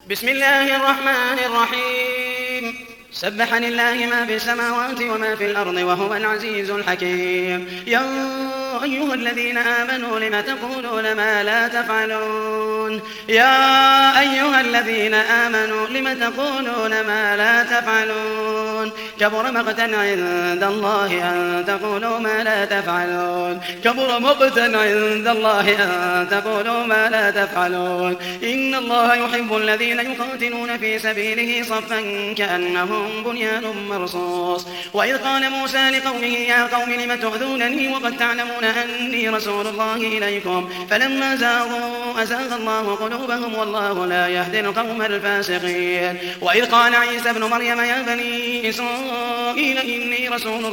بسم الله الرحمن الرحيم. سبح لله ما في السماوات وما في الأرض وهو العزيز الحكيم. يا أيها الذين آمنوا لم تقولون ما لا تفعلون. يا أيها الذين آمنوا لم تقولون ما لا تفعلون. كبر مقتا عند الله أن تقولوا ما لا تفعلون. كبر مقتا عند الله أن تقولوا ما لا تفعلون. إن الله يحب الذين يقاتلون في سبيله صفا كأنهم بنيان مرصوص. وإذ قال موسى لقومه يا قوم لم تؤذونني وقد تعلمون أني رسول الله إليكم فلما زاغوا أزاغ الله قلوبهم والله لا يهدي القوم الفاسقين. وإذ قال عيسى ابن مريم يا بني إسرائيل إني رسول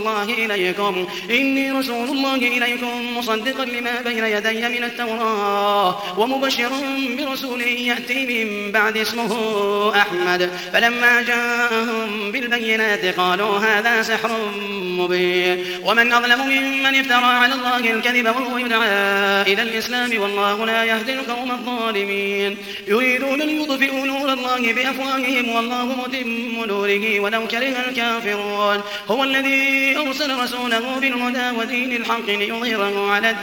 الله إليكم مصدقا لما بين يدي من التوراة ومبشرا برسول يأتي من بعد اسمه أحمد. فلما جاءهم بالبينات قالوا هذا سحر مبين. ومن أظلم ممن افترى على الله الكذب وهو يدعى إلى الإسلام والله لا يهدي القوم الظالمين. يريدون ليطفئوا نور الله بأفواههم والله متم نوره ولو كره الكافرون. هو الذي أرسل رسوله بالهدى ودين الحق ليظهره على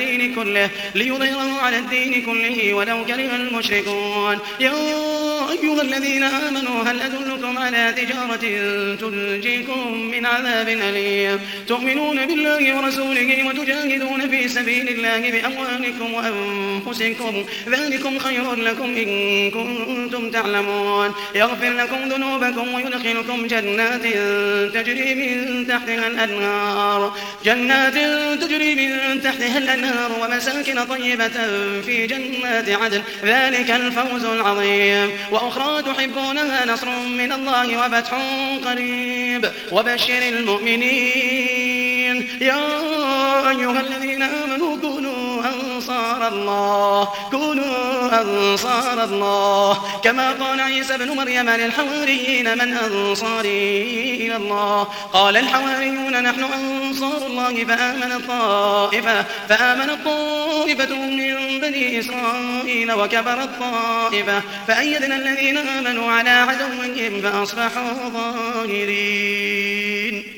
الدين كله ولو كره المشركون. يا أيها الذين آمنوا هل أدلكم على تجارة تنجيكم من عذاب أليم تؤمنون بالله ورسوله وتجاهدون في سبيل الله بأموالكم وأنفسكم ذلكم خير لكم إن كنتم تعلمون. يغفر لكم ذنوبكم ويدخلكم جنات تجري من تحتها الأنهار ومساكن طيبة في جنات عدن ذلك الفوز العظيم. وأخرى تحبونها نصر من الله وفتح قريب وبشر المؤمنين. يا أيها الذين آمنوا كونوا أنصار الله كما قال عيسى ابن مريم للحواريين من أنصاري إلى الله قال الحواريون نحن أنصار الله فآمنت طائفة من بني إسرائيل وكفرت طائفة فأيدنا الذين آمنوا على عدوهم فأصبحوا ظاهرين.